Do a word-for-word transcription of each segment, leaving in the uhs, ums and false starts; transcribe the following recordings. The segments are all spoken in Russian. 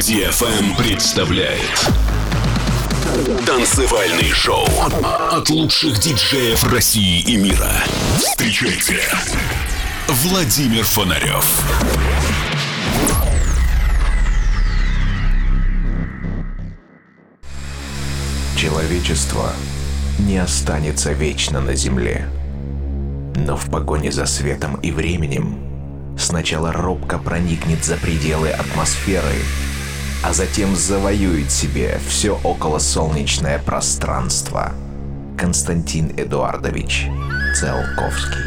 ди эф эм представляет танцевальный шоу от лучших диджеев России и мира. Встречайте, Владимир Фонарев. Человечество не останется вечно на Земле. Но в погоне за светом и временем сначала робко проникнет за пределы атмосферы, а затем завоюет себе все околосолнечное пространство. Константин Эдуардович Циолковский.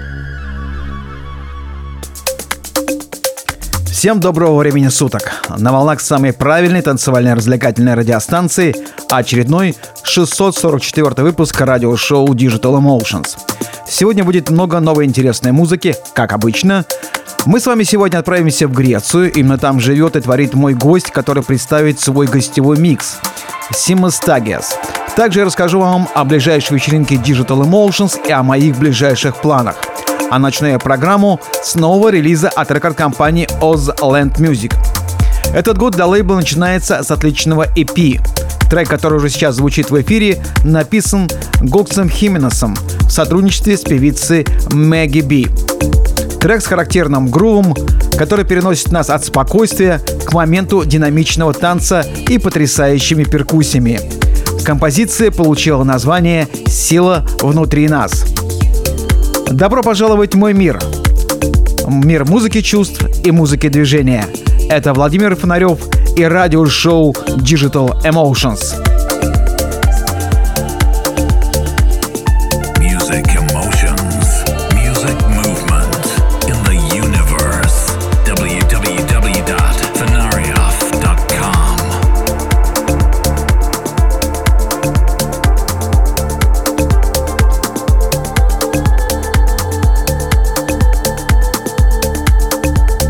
Всем доброго времени суток! На волнах самой правильной танцевальной развлекательной радиостанции очередной шестьсот сорок четвёртый выпуск радиошоу Digital Emotions. Сегодня будет много новой интересной музыки, как обычно. Мы с вами сегодня отправимся в Грецию. Именно там живет и творит мой гость, который представит свой гостевой микс — Симос Тагиас. Также я расскажу вам о ближайшей вечеринке Digital Emotions и о моих ближайших планах. А начну я программу с нового релиза от рекорд-компании Oz Land Music. Этот год для лейбла начинается с отличного и пи. Трек, который уже сейчас звучит в эфире, написан Гоксом Хименесом в сотрудничестве с певицей Мэгги Би. Трек с характерным грувом, который переносит нас от спокойствия к моменту динамичного танца и потрясающими перкуссиями. Композиция получила название «Сила внутри нас». Добро пожаловать в мой мир. Мир музыки чувств и музыки движения. Это Владимир Фонарев и радиошоу Digital Emotions.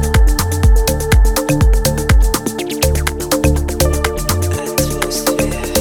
Atmosphere.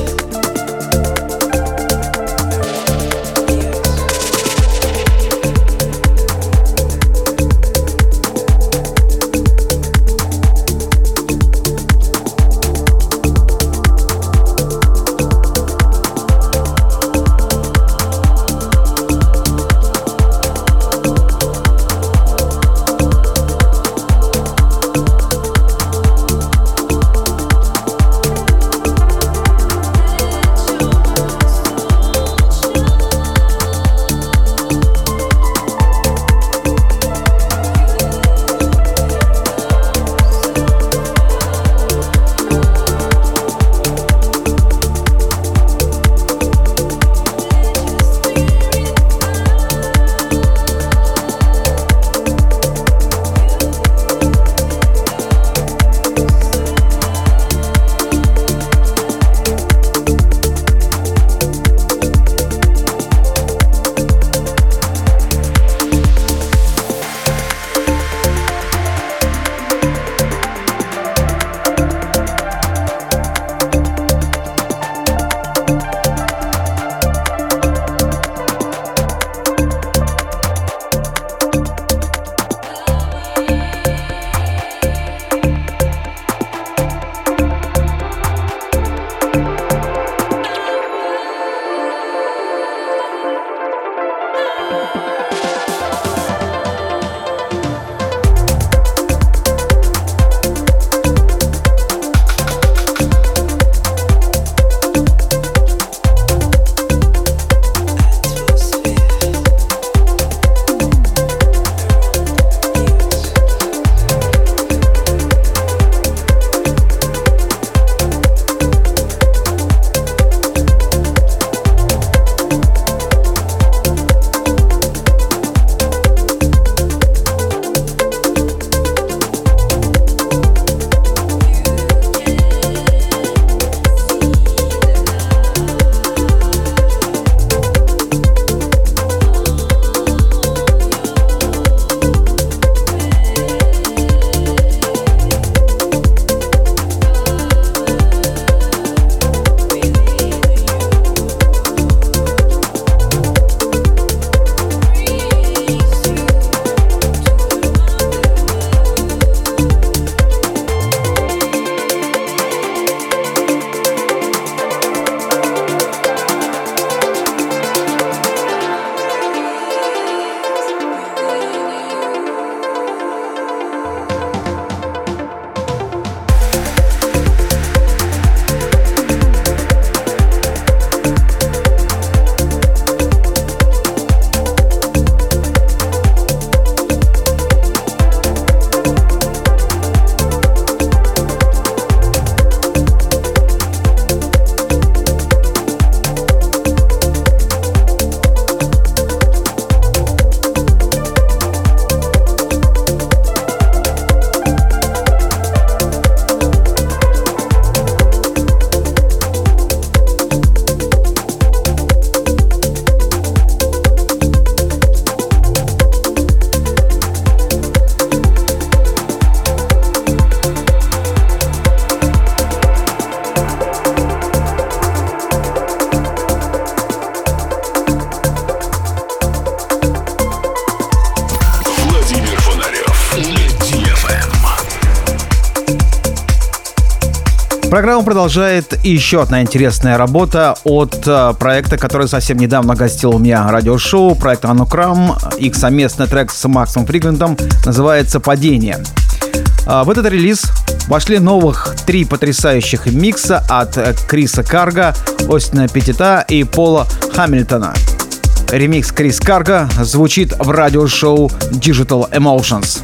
Программу продолжает еще одна интересная работа от э, проекта, который совсем недавно гостил у меня радиошоу, проект Анукрам. Их совместный трек с Максом Фриклендом называется «Падение». Э, в этот релиз вошли новых три потрясающих микса от Криса Карга, Остина Петтита и Пола Хамильтона. Ремикс Крис Карга звучит в радиошоу Digital Emotions.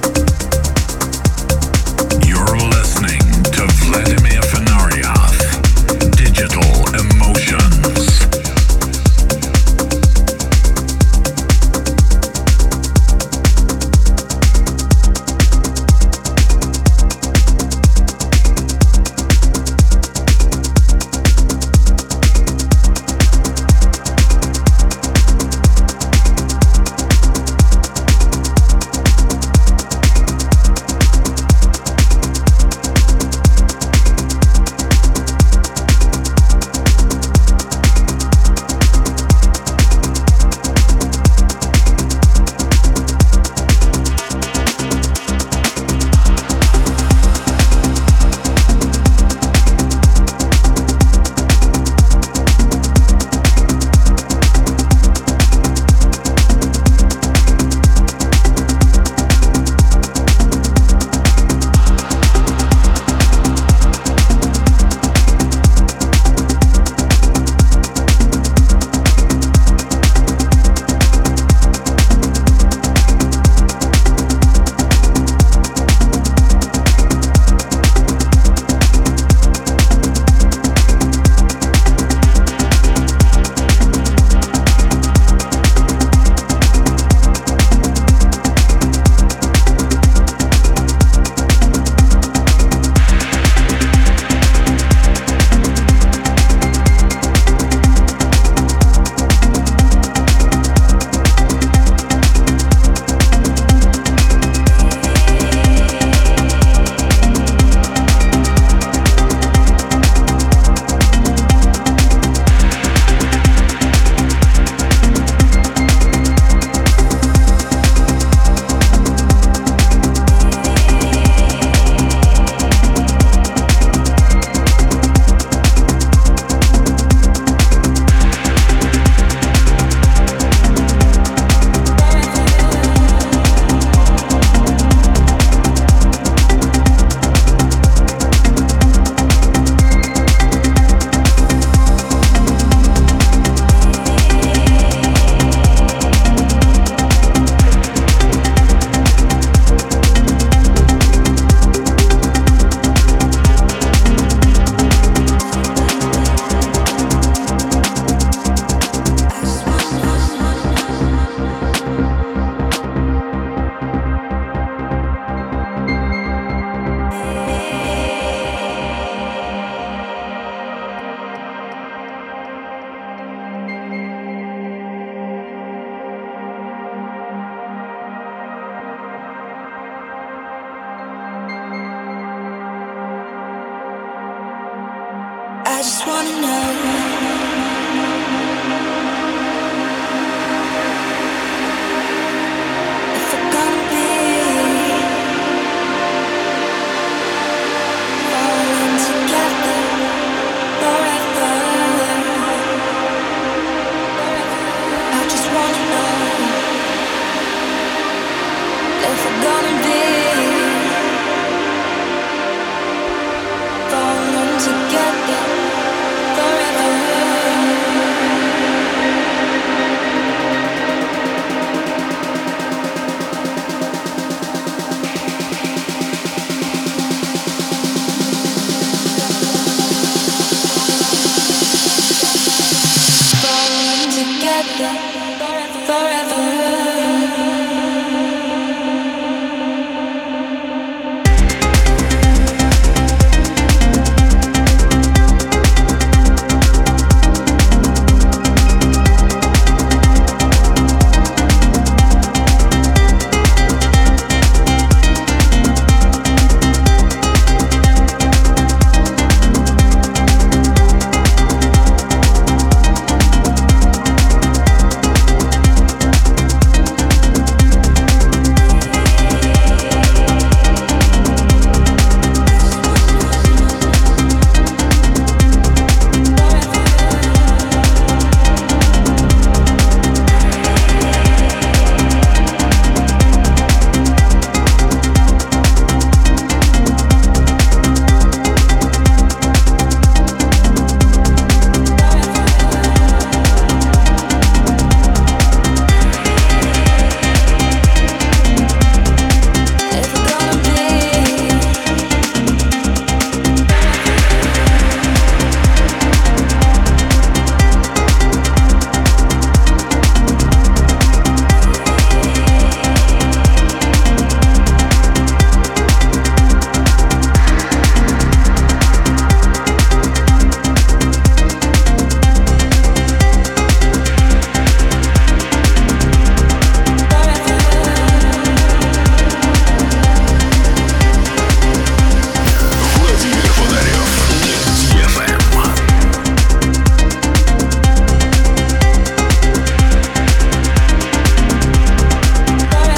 I just wanna know if we're gonna be falling together forever. I just wanna know if we're gonna be falling together forever. Falling together forever.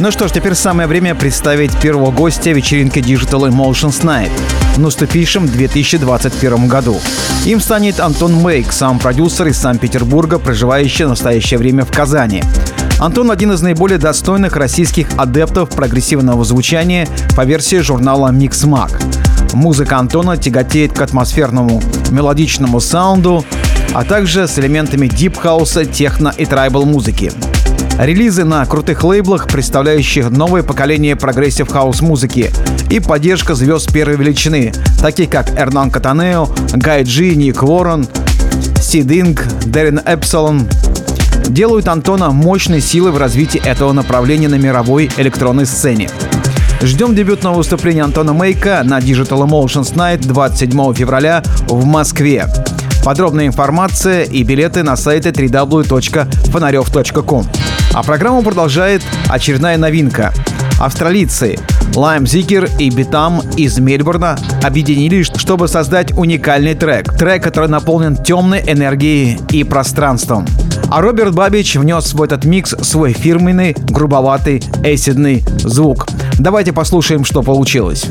Ну что ж, теперь самое время представить первого гостя вечеринки Digital Emotions Night в наступившем две тысячи двадцать первом году. Им станет Антон Мейк, сам продюсер из Санкт-Петербурга, проживающий в настоящее время в Казани. Антон – один из наиболее достойных российских адептов прогрессивного звучания по версии журнала Mixmag. Музыка Антона тяготеет к атмосферному мелодичному саунду, а также с элементами дип-хауса, техно и трайбл музыки. Релизы на крутых лейблах, представляющих новое поколение прогрессив-хаус музыки, и поддержка звезд первой величины, таких как Эрнан Катанео, Гай Джи, Ник Уоррен, Сид Инг, Дэрин Эпсилон, делают Антона мощной силой в развитии этого направления на мировой электронной сцене. Ждем дебютного выступления Антона Мейка на Digital Emotions Night двадцать седьмого февраля в Москве. Подробная информация и билеты на сайте дабл ю дабл ю дабл ю точка фонарев точка ком. А программу продолжает очередная новинка. Австралийцы Лайм Зикер и Битам из Мельбурна объединились, чтобы создать уникальный трек. Трек, который наполнен темной энергией и пространством. А Роберт Бабич внес в этот микс свой фирменный, грубоватый, эсидный звук. Давайте послушаем, что получилось.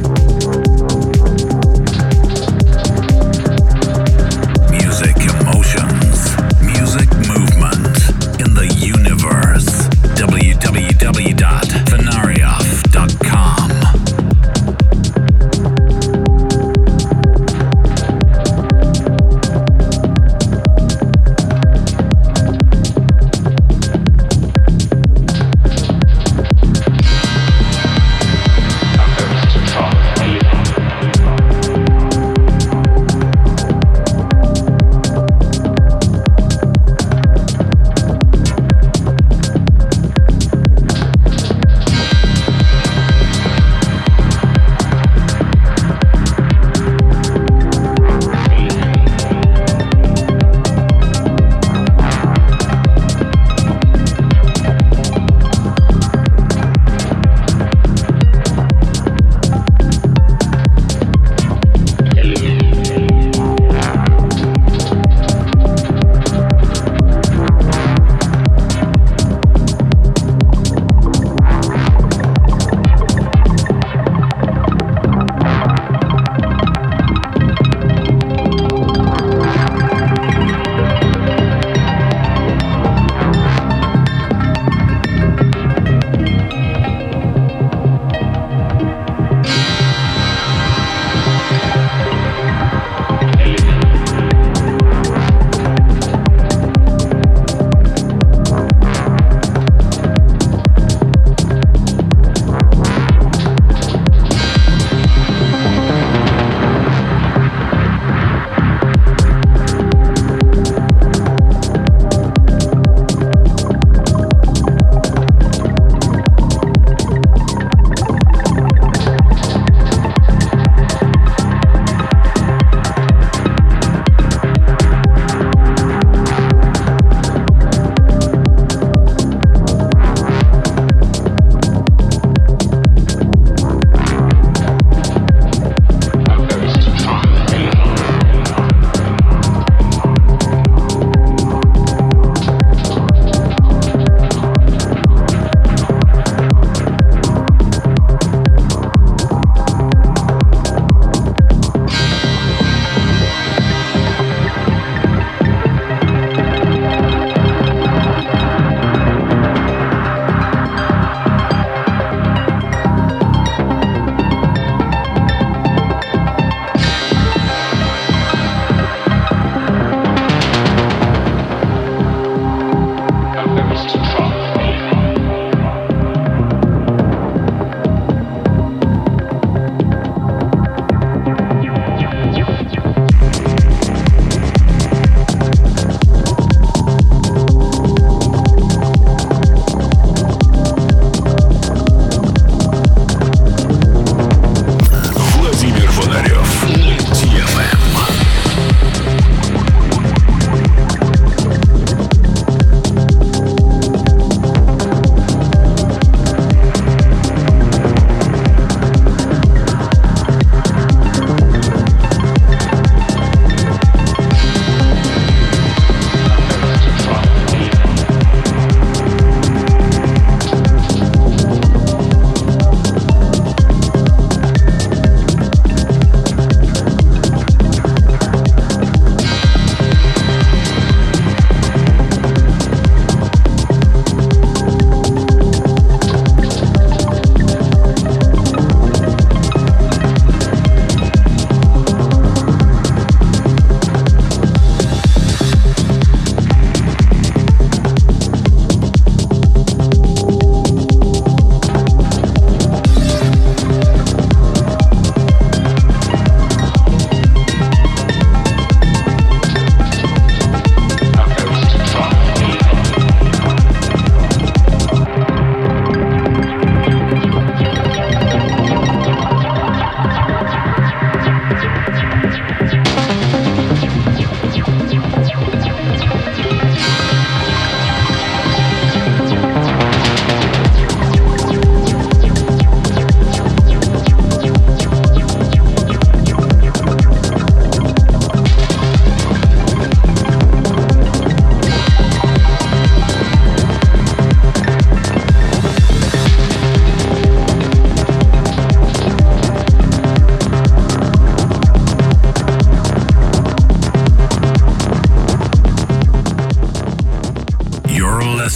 w w w dot fenarioff dot com I've got to talk a little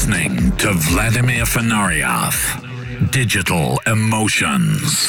listening to Vladimir Fanaryov, Digital Emotions.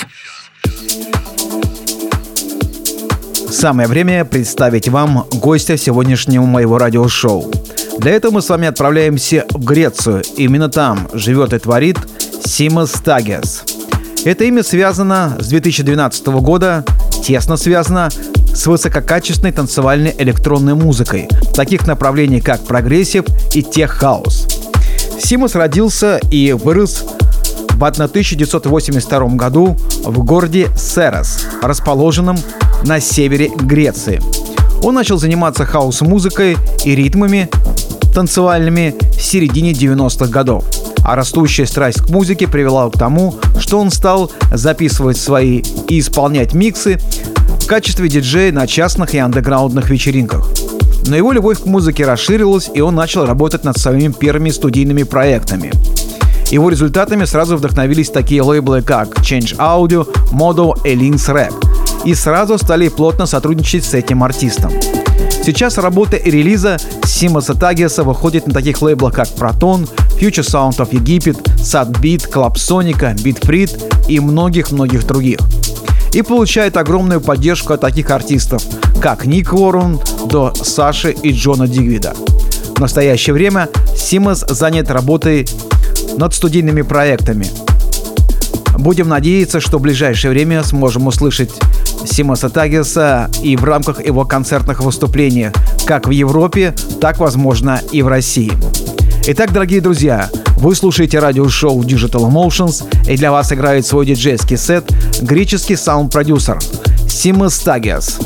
Самое время представить вам гостя сегодняшнего моего радиошоу. Для этого мы с вами отправляемся в Грецию. Именно там живет и творит Симос Тагиас. Это имя связано с две тысячи двенадцатого года, тесно связано с высококачественной танцевальной электронной музыкой, таких направлений как прогрессив и тех-хаус. Симос родился и вырос в тысяча девятьсот восемьдесят втором году в городе Серос, расположенном на севере Греции. Он начал заниматься хаус-музыкой и ритмами танцевальными в середине девяностых годов. А растущая страсть к музыке привела к тому, что он стал записывать свои и исполнять миксы в качестве диджея на частных и андеграундных вечеринках. Но его любовь к музыке расширилась, и он начал работать над своими первыми студийными проектами. Его результатами сразу вдохновились такие лейблы, как Change Audio, Modo и Lynx Rec, и сразу стали плотно сотрудничать с этим артистом. Сейчас работа и релиза Симоса Тагиаса выходят на таких лейблах, как Proton, Future Sound of Egypt, Sadbeat, Clubsonica, Beatfrit и многих-многих других. И получает огромную поддержку от таких артистов, как Ник Уоррен до Саши и Джона Дигвида. В настоящее время Симос занят работой над студийными проектами. Будем надеяться, что в ближайшее время сможем услышать Симоса Тагиаса и в рамках его концертных выступлений как в Европе, так, возможно, и в России. Итак, дорогие друзья, вы слушаете радиошоу Digital Emotions, и для вас играет свой диджейский сет греческий саунд-продюсер Симос Тагиас.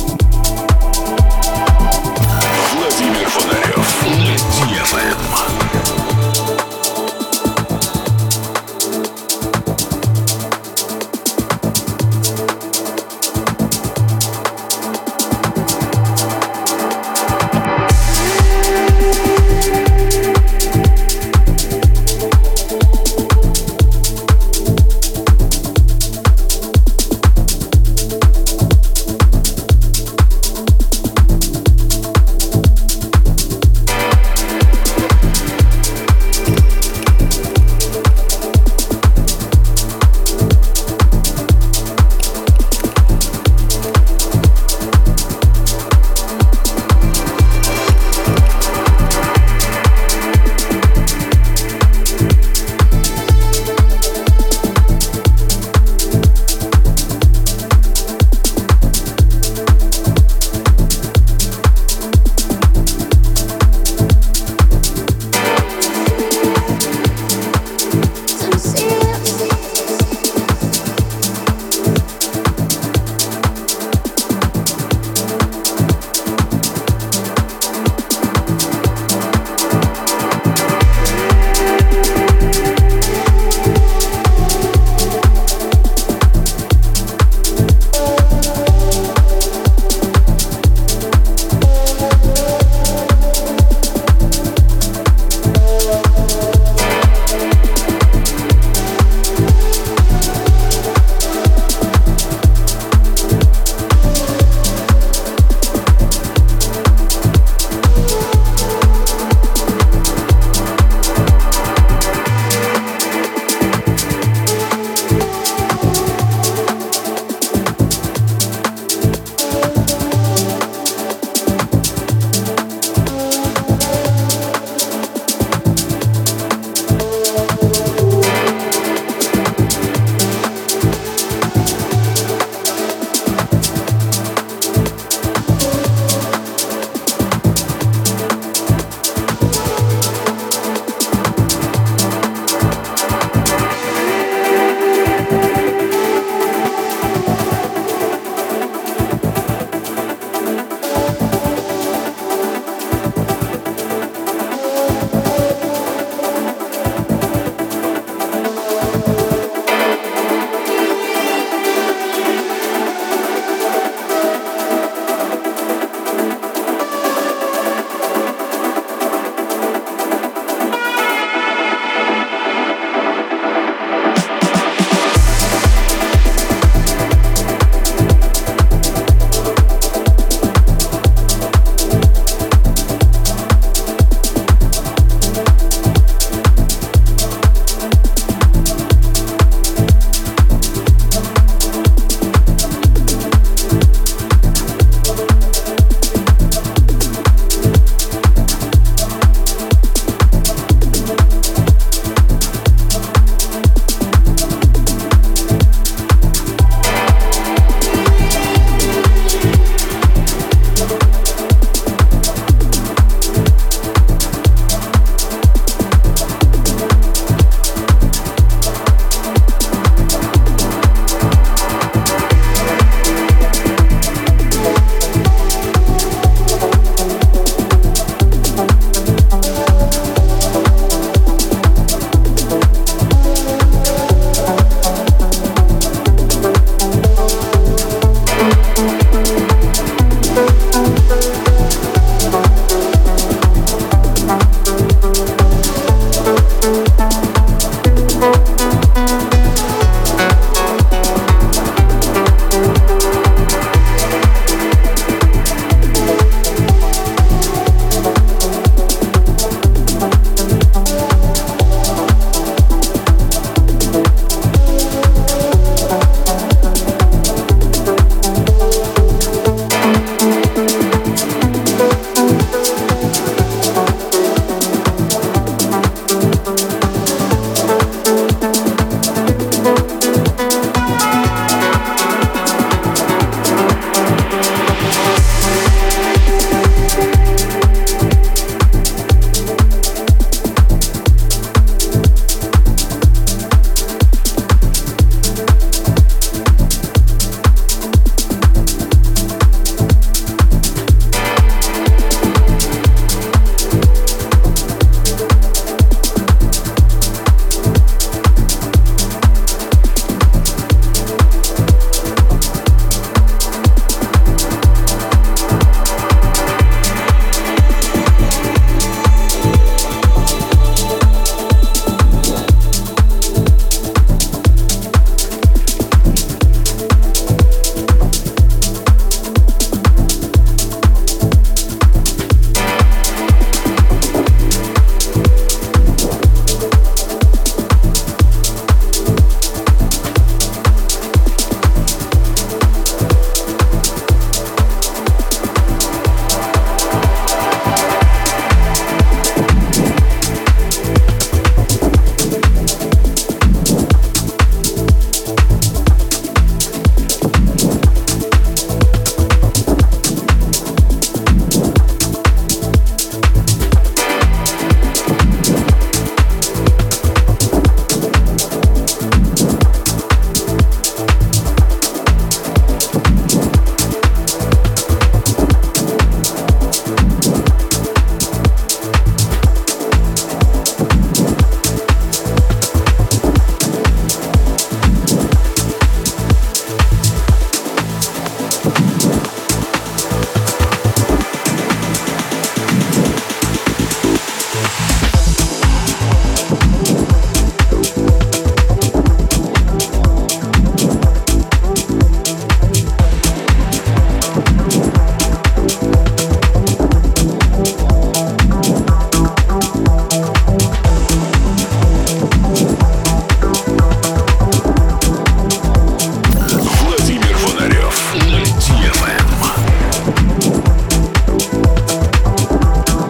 Владимир Фонарев, ди эф эм.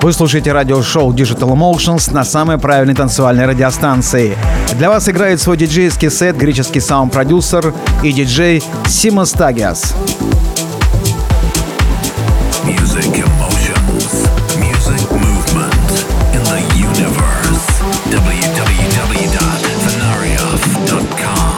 Вы слушаете радиошоу Digital Emotions на самой правильной танцевальной радиостанции. Для вас играет свой диджейский сет греческий саунд-продюсер и диджей Симос Тагиас. Music emotions, music movement in the universe. w w w dot fenarioff dot com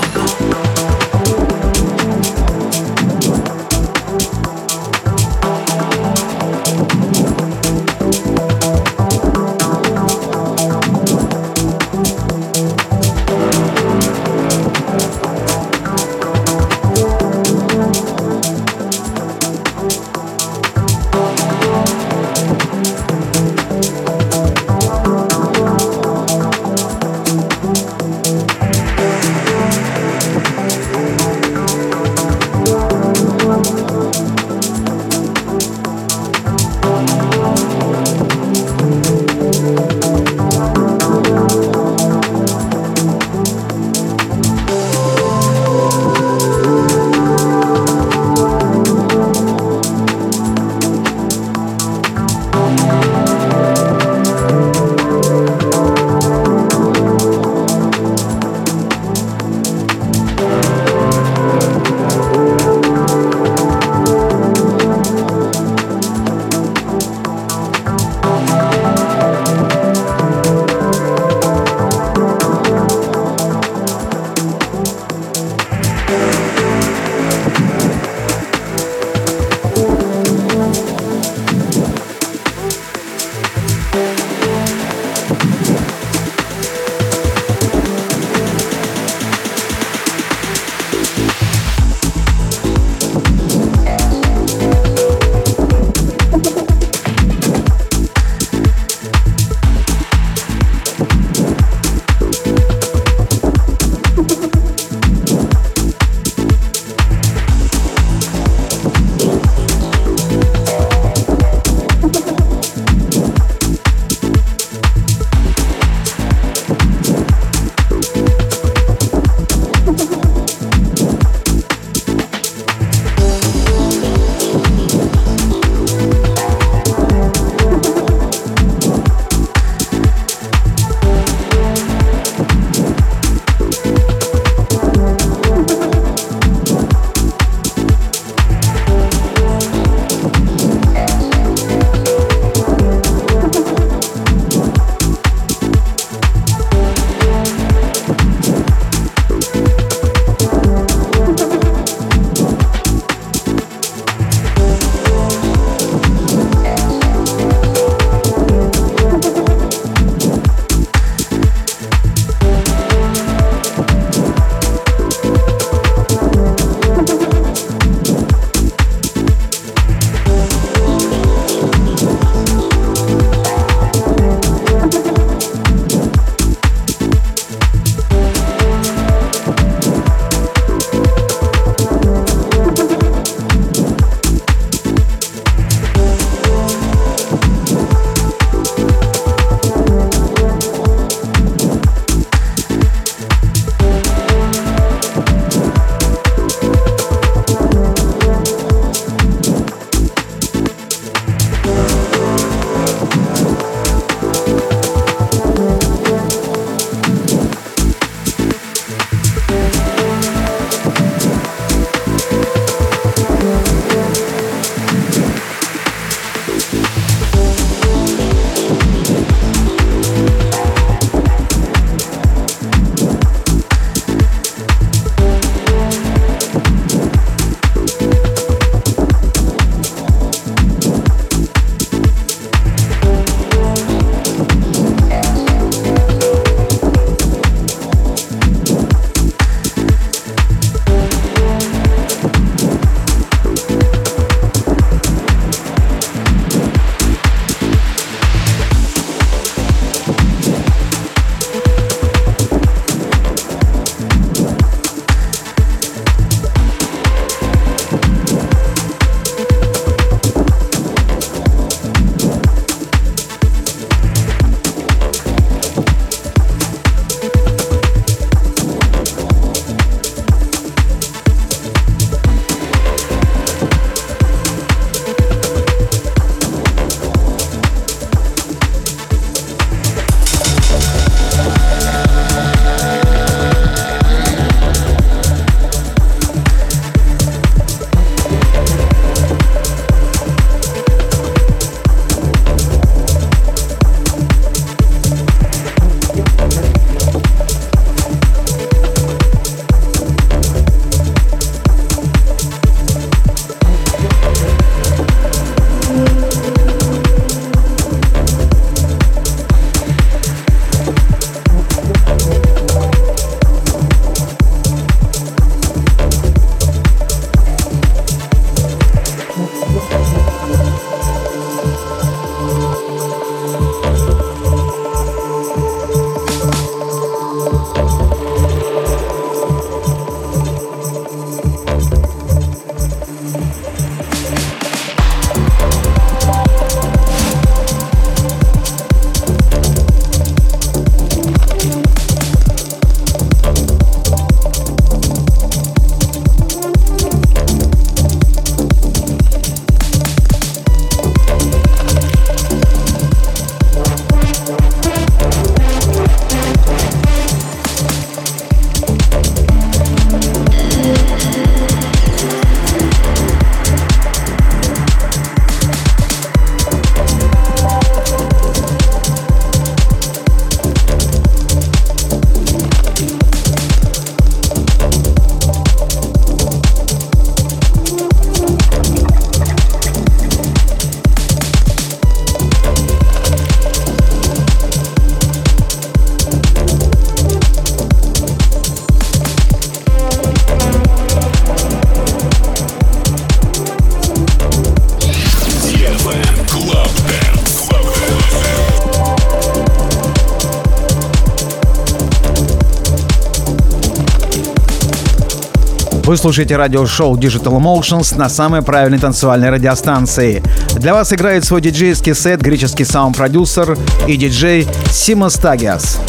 Вы слушаете радиошоу Digital Emotions на самой правильной танцевальной радиостанции. Для вас играет свой диджейский сет греческий саунд-продюсер и диджей Симос Тагиас.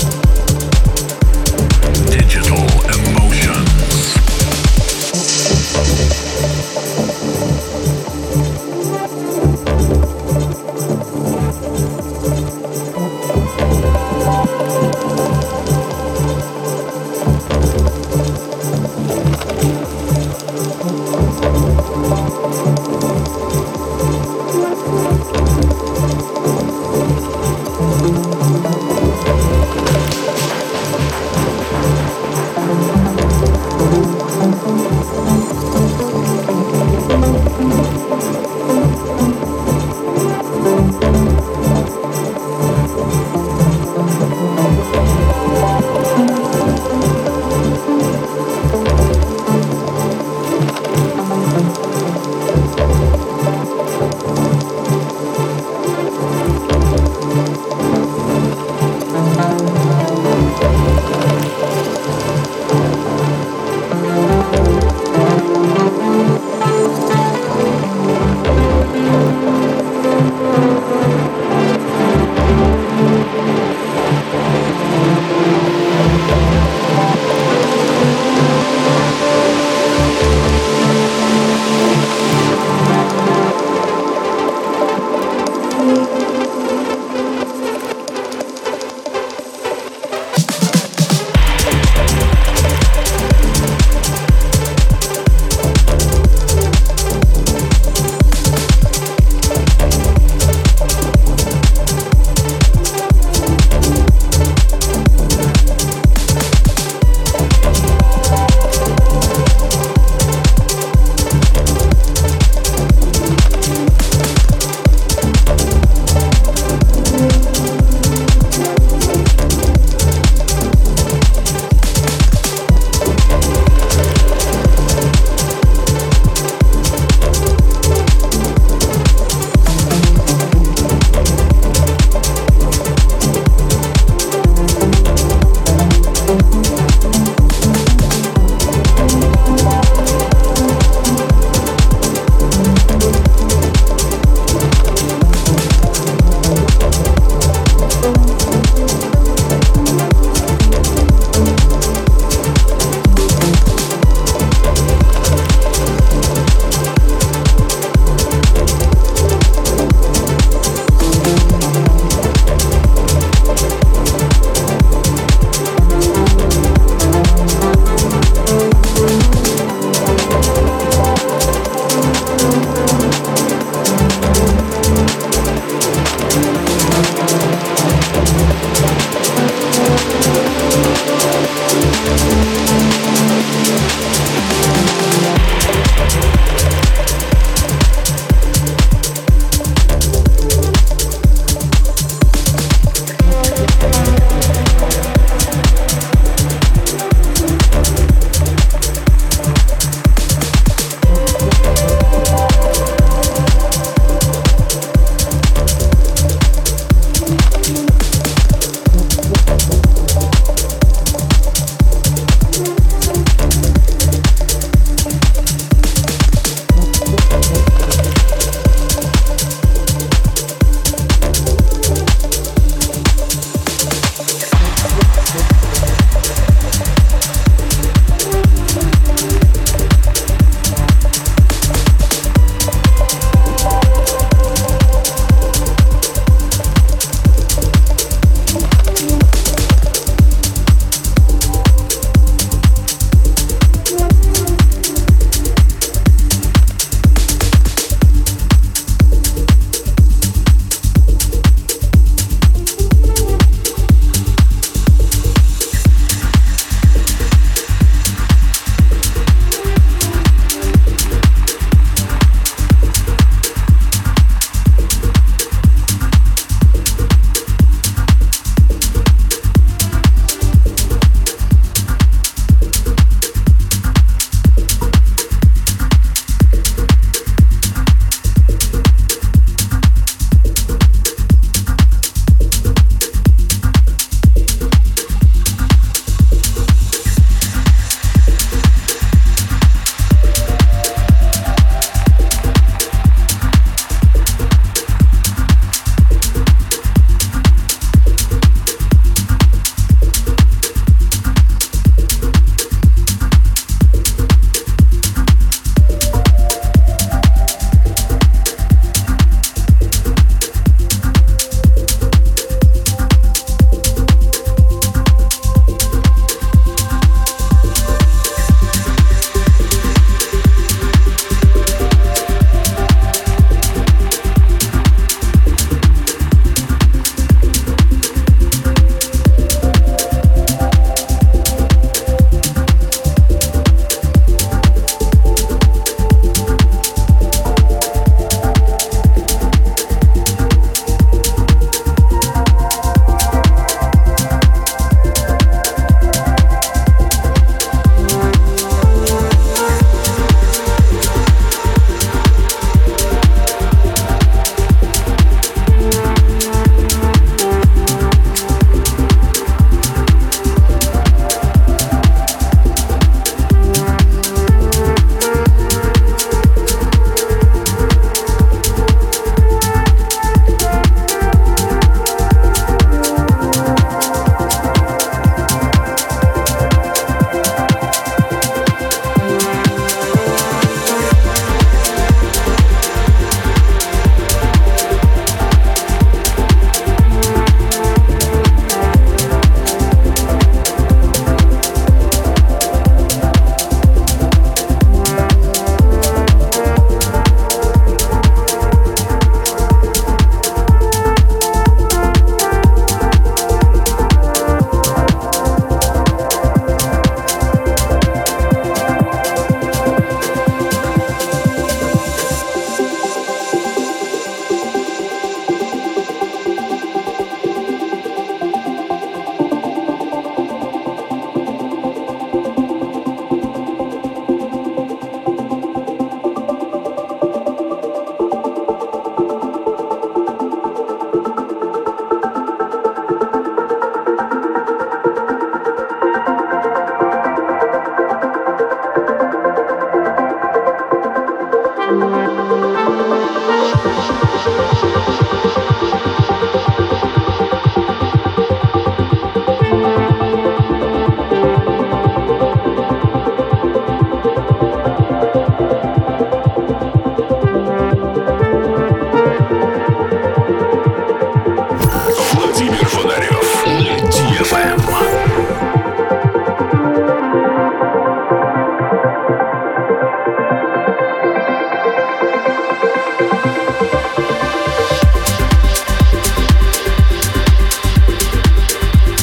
Digital Emotions.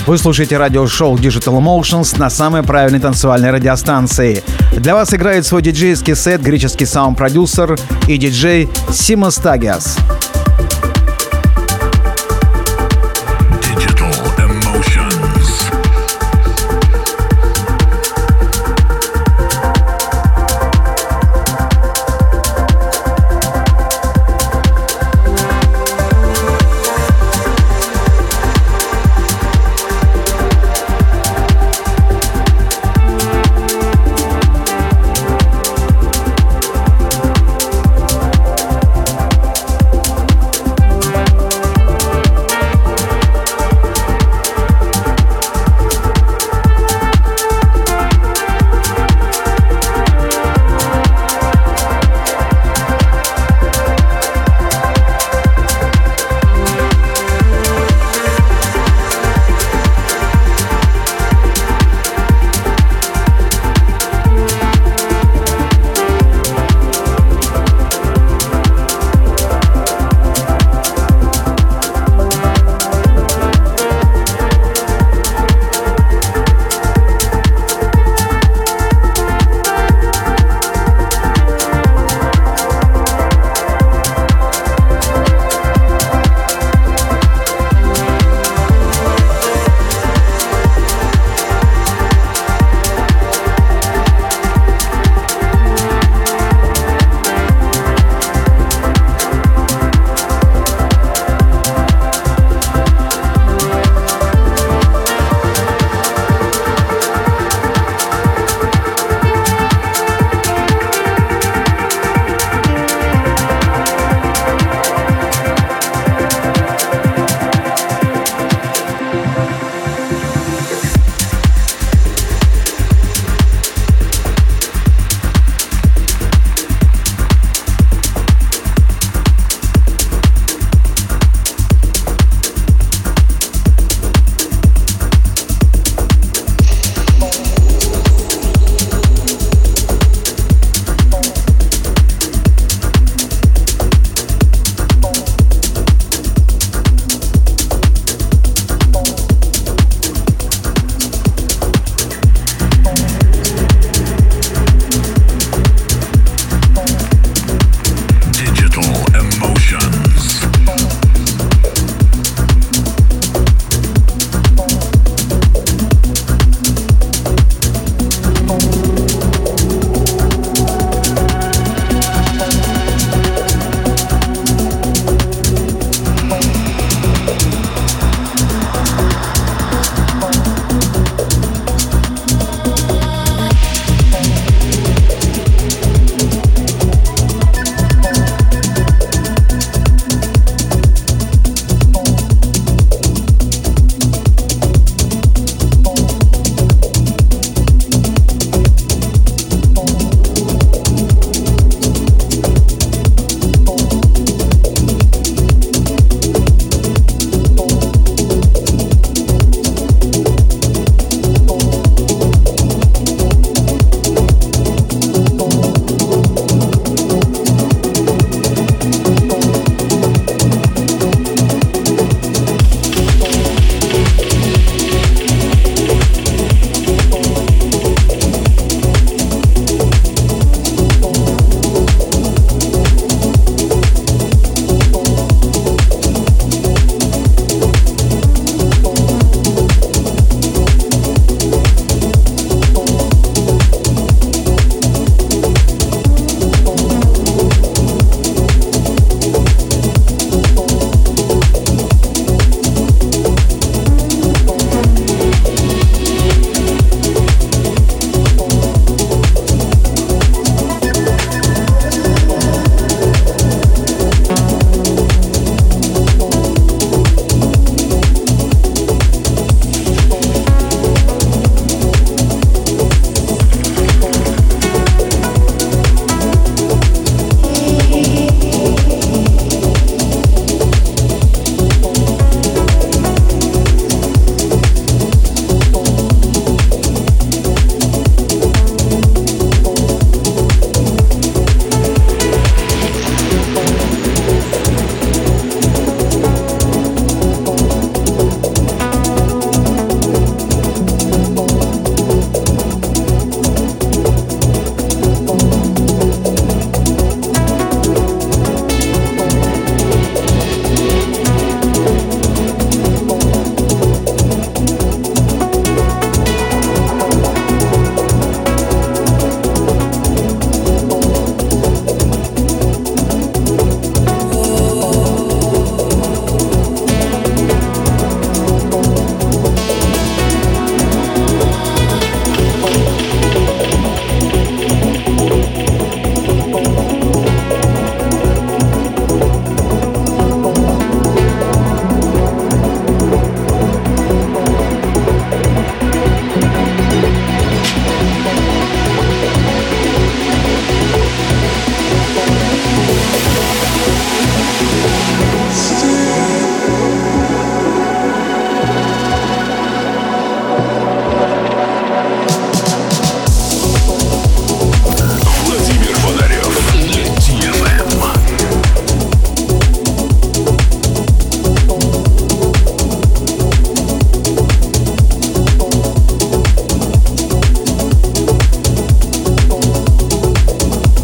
Вы слушаете радиошоу Digital Emotions на самой правильной танцевальной радиостанции. Для вас играет свой диджейский сет греческий саунд-продюсер и диджей Симос Тагиас.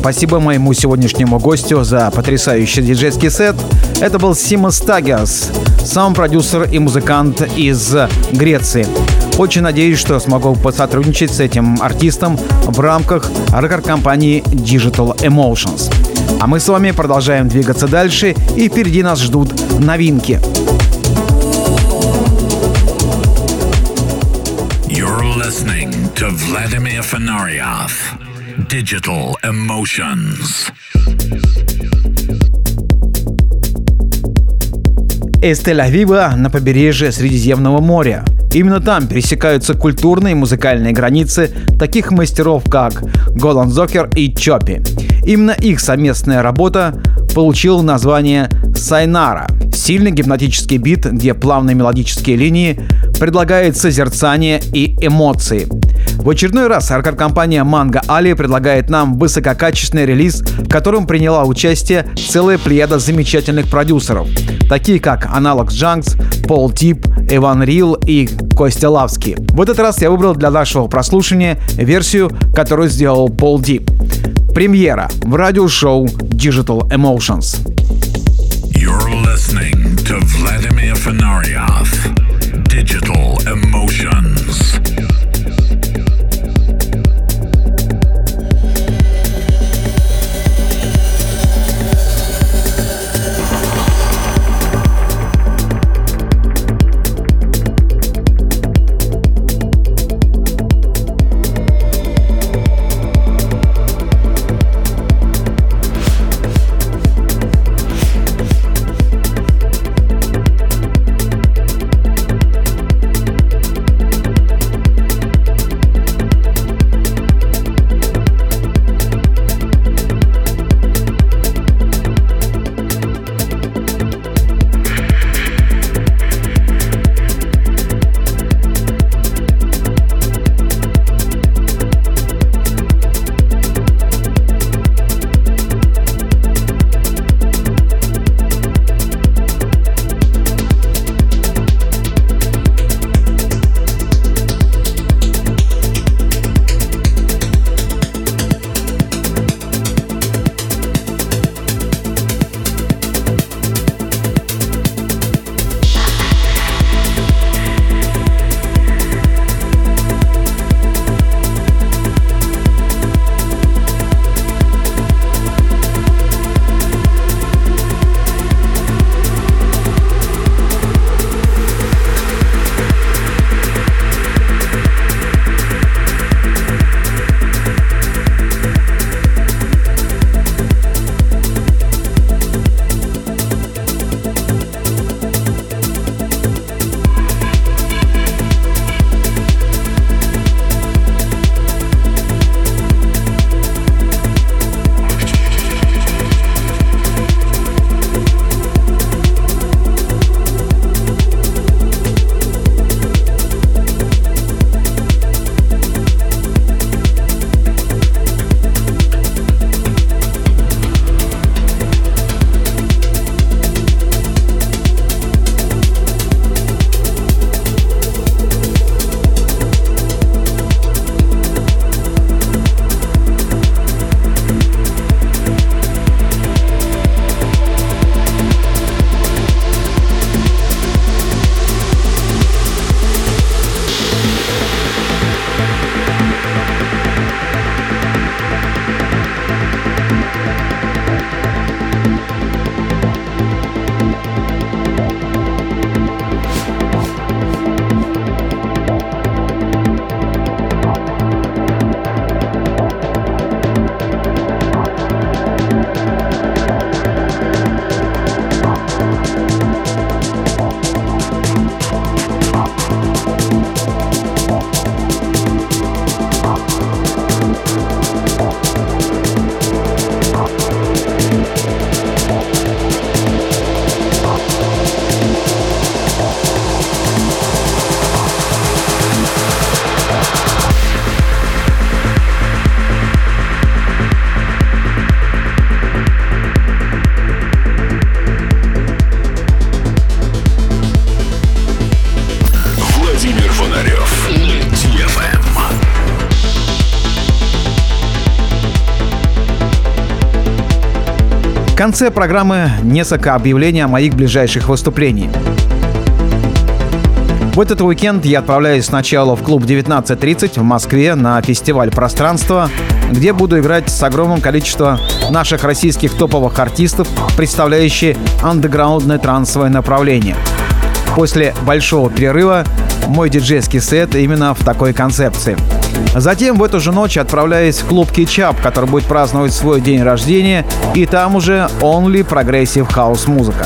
Спасибо моему сегодняшнему гостю за потрясающий диджейский сет. Это был Симос Тагиас, саунд-продюсер и музыкант из Греции. Очень надеюсь, что смогу посотрудничать с этим артистом в рамках рекорд-компании Digital Emotions. А мы с вами продолжаем двигаться дальше, и впереди нас ждут новинки. You're listening to Vladimir Fenarioff, Digital Emotions. Из Тель-Авива на побережье Средиземного моря. Именно там пересекаются культурные и музыкальные границы таких мастеров, как Голан Зокер и Чоппи. Именно их совместная работа получила название «Сайнара». Сильный гипнотический бит, где плавные мелодические линии предлагают созерцание и эмоции. В очередной раз рекорд-компания Mango Ali предлагает нам высококачественный релиз, в котором приняла участие целая плеяда замечательных продюсеров, такие как Analog Junks, Пол Тип, Иван Рил и Костя Лавский. В этот раз я выбрал для нашего прослушивания версию, которую сделал Пол Дип. Премьера в радиошоу Digital Emotions. You're listening to Vladimir Fenarioff, Digital Emotions. конце программы несколько объявлений о моих ближайших выступлениях. В этот уикенд я отправляюсь сначала в клуб девятнадцать тридцать в Москве на фестиваль «Пространство», где буду играть с огромным количеством наших российских топовых артистов, представляющие андеграундное трансовое направление. После большого перерыва мой диджейский сет именно в такой концепции. Затем в эту же ночь отправляюсь в клуб Кетчап, который будет праздновать свой день рождения, и там уже only прогрессив хаус музыка.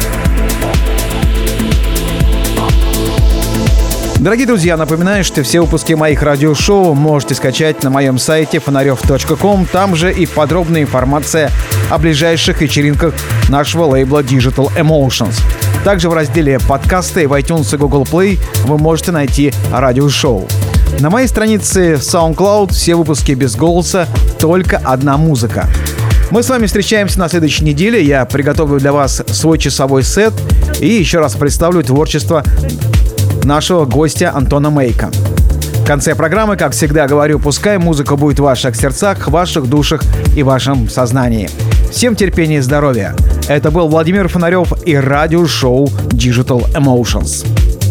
Дорогие друзья, напоминаю, что все выпуски моих радиошоу можете скачать на моем сайте фонарев точка ком. Там же и подробная информация о ближайших вечеринках нашего лейбла Digital Emotions. Также в разделе «Подкасты» в iTunes и Google Play вы можете найти радиошоу. На моей странице SoundCloud все выпуски без голоса, только одна музыка. Мы с вами встречаемся на следующей неделе. Я приготовлю для вас свой часовой сет и еще раз представлю творчество нашего гостя Антона Мейка. В конце программы, как всегда говорю, пускай музыка будет в ваших сердцах, в ваших душах и в вашем сознании. Всем терпения и здоровья. Это был Владимир Фонарев и радиошоу Digital Emotions.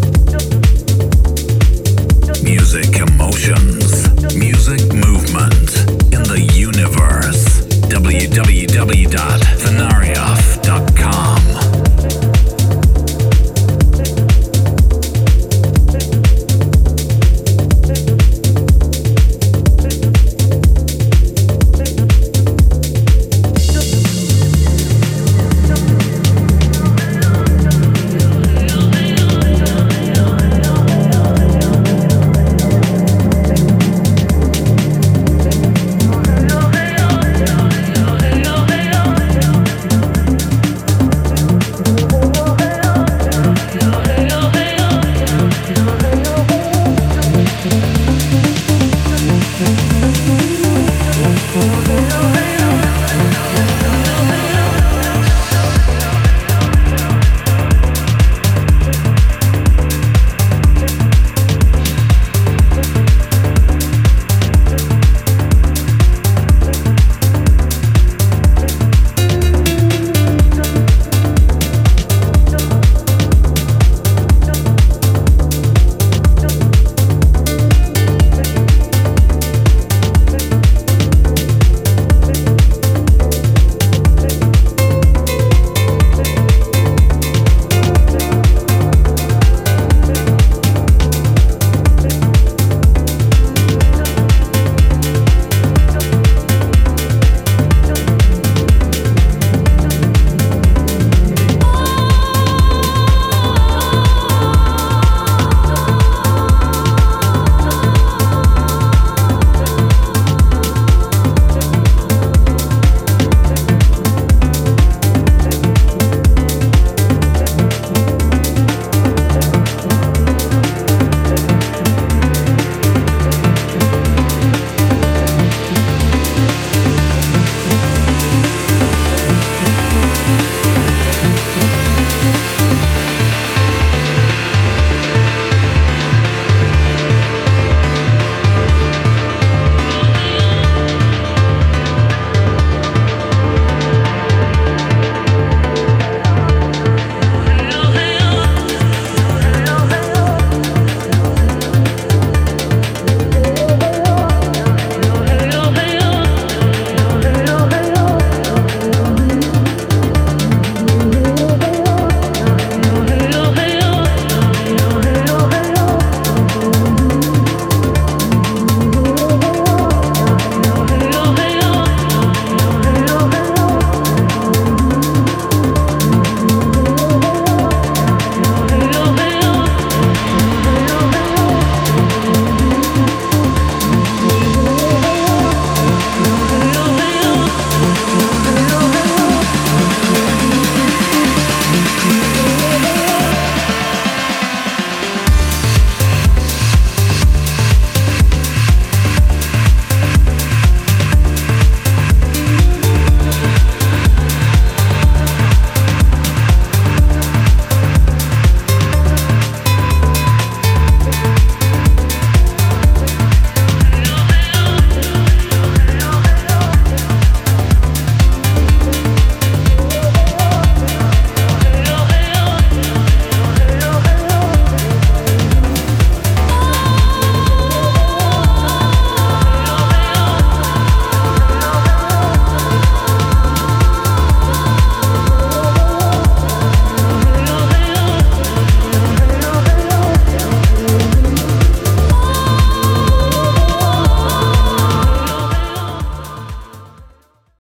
Music emotions, music movement in the universe. w w w dot fenariaf